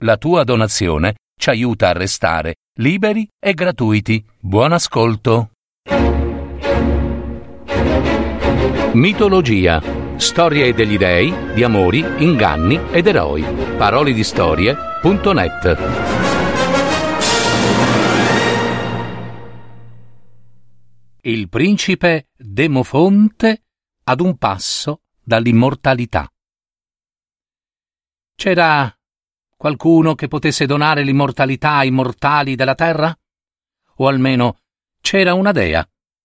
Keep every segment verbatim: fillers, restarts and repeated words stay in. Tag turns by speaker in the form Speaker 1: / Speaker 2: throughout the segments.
Speaker 1: La tua donazione ci aiuta a restare liberi e gratuiti. Buon ascolto. Mitologia. Storie degli dei, di amori, inganni ed eroi. Parole di storie punto net. Il principe Demofonte ad un passo dall'immortalità. C'era qualcuno che potesse donare l'immortalità ai mortali della terra? O almeno c'era una dea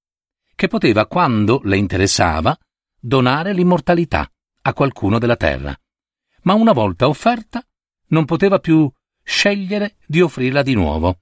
Speaker 1: che poteva, quando le interessava, donare l'immortalità a qualcuno della terra, ma una volta offerta non poteva più scegliere di offrirla di nuovo.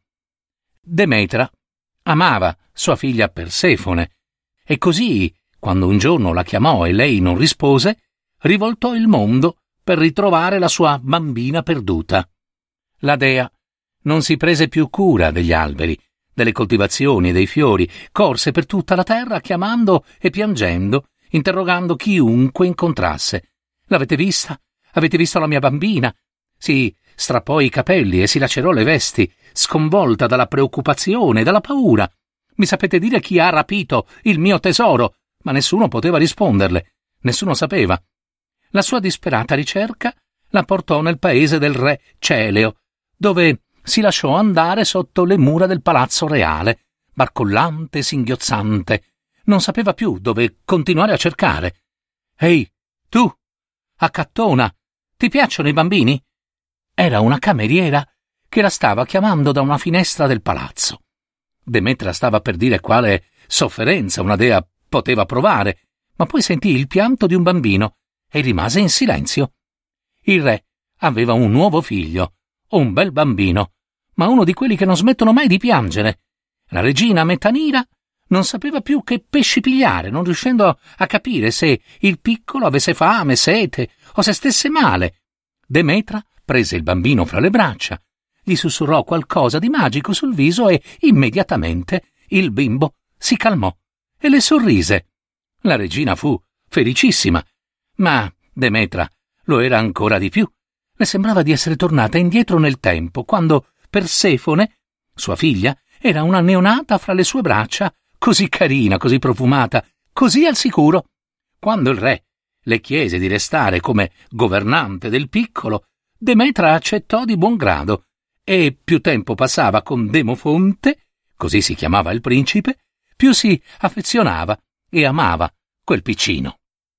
Speaker 1: Demetra amava sua figlia Persefone e così, quando un giorno la chiamò e lei non rispose, rivoltò il mondo per ritrovare la sua bambina perduta. La dea non si prese più cura degli alberi, delle coltivazioni e dei fiori, corse per tutta la terra chiamando e piangendo, interrogando chiunque incontrasse. «L'avete vista? Avete visto la mia bambina?» Si strappò i capelli e si lacerò le vesti, sconvolta dalla preoccupazione e dalla paura. «Mi sapete dire chi ha rapito il mio tesoro?» Ma nessuno poteva risponderle, nessuno sapeva. La sua disperata ricerca la portò nel paese del re Celeo, dove si lasciò andare sotto le mura del palazzo reale, barcollante e singhiozzante. Non sapeva più dove continuare a cercare. «Ehi, tu, accattona, ti piacciono i bambini?» Era una cameriera che la stava chiamando da una finestra del palazzo. Demetra stava per dire quale sofferenza una dea poteva provare, ma poi sentì il pianto di un bambino e rimase in silenzio. Il re aveva un nuovo figlio, un bel bambino, ma uno di quelli che non smettono mai di piangere. La regina Metanira non sapeva più che pesci pigliare, non riuscendo a capire se il piccolo avesse fame, sete o se stesse male. Demetra prese il bambino fra le braccia, gli sussurrò qualcosa di magico sul viso e immediatamente il bimbo si calmò e le sorrise. La regina fu felicissima, ma Demetra lo era ancora di più. Le sembrava di essere tornata indietro nel tempo, quando Persefone, sua figlia, era una neonata fra le sue braccia, così carina, così profumata, così al sicuro. Quando il re le chiese di restare come governante del piccolo, Demetra accettò di buon grado, e più tempo passava con Demofonte, così si chiamava il principe, più si affezionava e amava quel piccino.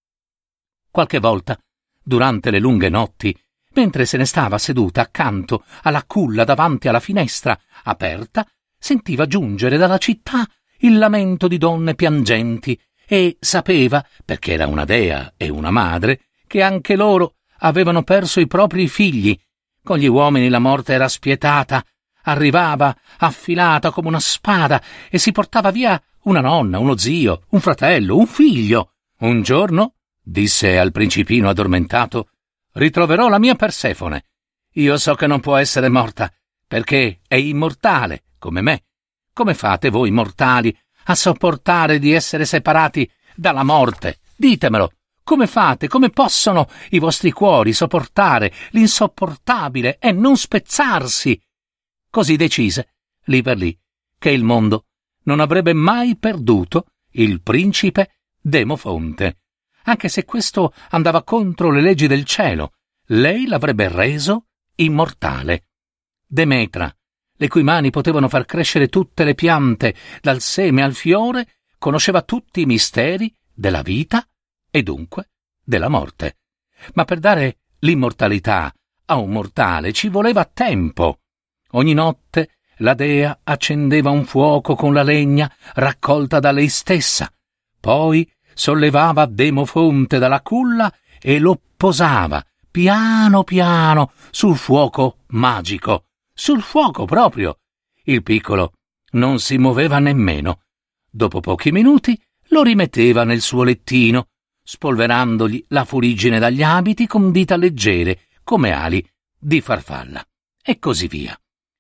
Speaker 1: Qualche volta, durante le lunghe notti, mentre se ne stava seduta accanto alla culla davanti alla finestra aperta, sentiva giungere dalla città il lamento di donne piangenti e sapeva, perché era una dea e una madre, che anche loro avevano perso i propri figli. Con gli uomini la morte era spietata, arrivava affilata come una spada e si portava via una nonna, uno zio, un fratello, un figlio. Un giorno, disse al principino addormentato, ritroverò la mia Persefone. Io so che non può essere morta, perché è immortale, come me. Come fate voi mortali a sopportare di essere separati dalla morte? Ditemelo. Come fate, come possono i vostri cuori sopportare l'insopportabile e non spezzarsi? Così decise, lì per lì, che il mondo non avrebbe mai perduto il principe Demofonte. Anche se questo andava contro le leggi del cielo, lei l'avrebbe reso immortale. Demetra, le cui mani potevano far crescere tutte le piante, dal seme al fiore, conosceva tutti i misteri della vita e dunque della morte. Ma per dare l'immortalità a un mortale ci voleva tempo. Ogni notte la dea accendeva un fuoco con la legna raccolta da lei stessa, poi sollevava Demofonte dalla culla e lo posava piano piano sul fuoco magico, sul fuoco proprio. Il piccolo non si muoveva nemmeno. Dopo pochi minuti lo rimetteva nel suo lettino, spolverandogli la fuliggine dagli abiti con dita leggere, come ali di farfalla, e così via.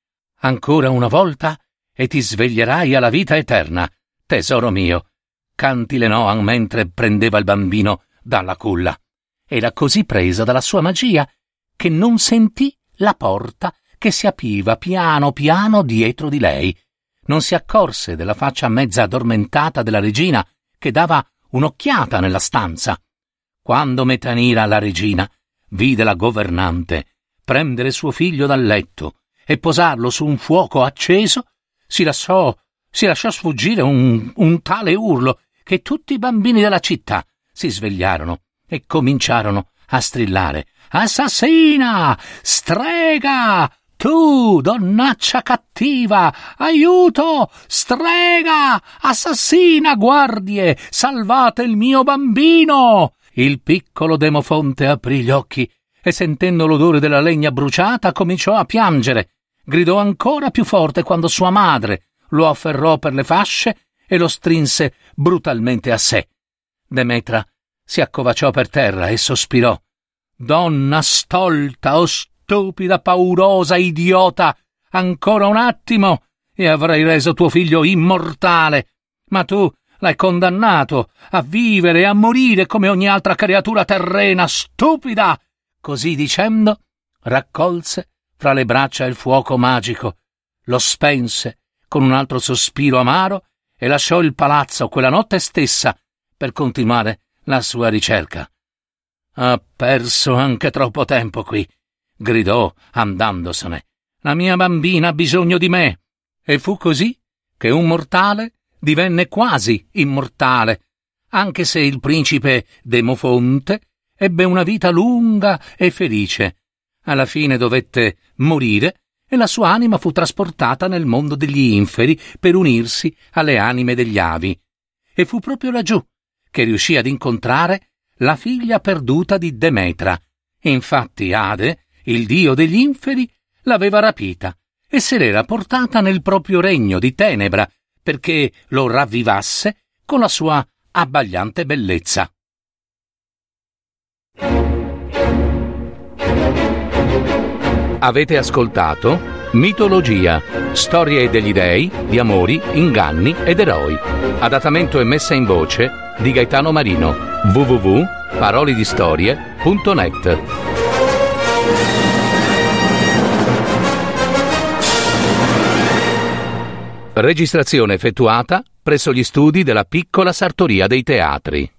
Speaker 1: Ancora una volta e ti sveglierai alla vita eterna, tesoro mio, cantilè Noan mentre prendeva il bambino dalla culla. Era così presa dalla sua magia che non sentì la porta che si apriva piano piano dietro di lei. Non si accorse della faccia mezza addormentata della regina, che dava un'occhiata nella stanza. Quando Metanira, la regina, vide la governante prendere suo figlio dal letto e posarlo su un fuoco acceso, si lasciò, si lasciò sfuggire un, un tale urlo che tutti i bambini della città si svegliarono e cominciarono a strillare: «Assassina! Strega! Tu, donnaccia cattiva! Aiuto! Strega! Assassina! Guardie! Salvate il mio bambino!» Il piccolo Demofonte aprì gli occhi e, sentendo l'odore della legna bruciata, cominciò a piangere. Gridò ancora più forte quando sua madre lo afferrò per le fasce e lo strinse brutalmente a sé. Demetra si accovacciò per terra e sospirò: «Donna stolta, o stupida, paurosa, idiota! Ancora un attimo e avrei reso tuo figlio immortale! Ma tu l'hai condannato a vivere e a morire come ogni altra creatura terrena, stupida!» Così dicendo, raccolse fra le braccia il fuoco magico, lo spense con un altro sospiro amaro e lasciò il palazzo quella notte stessa per continuare la sua ricerca. «Ha perso anche troppo tempo qui», gridò andandosene. «La mia bambina ha bisogno di me». E fu così che un mortale divenne quasi immortale, anche se il principe Demofonte ebbe una vita lunga e felice. Alla fine dovette morire e la sua anima fu trasportata nel mondo degli inferi per unirsi alle anime degli avi. E fu proprio laggiù che riuscì ad incontrare la figlia perduta di Demetra. Infatti Ade, il dio degli inferi, l'aveva rapita e se l'era portata nel proprio regno di tenebra perché lo ravvivasse con la sua abbagliante bellezza. Avete ascoltato Mitologia, storie degli dei, di amori, inganni ed eroi. Adattamento e messa in voce di Gaetano Marino. w w w punto parolidistorie punto net. Registrazione effettuata presso gli studi della Piccola Sartoria dei Teatri.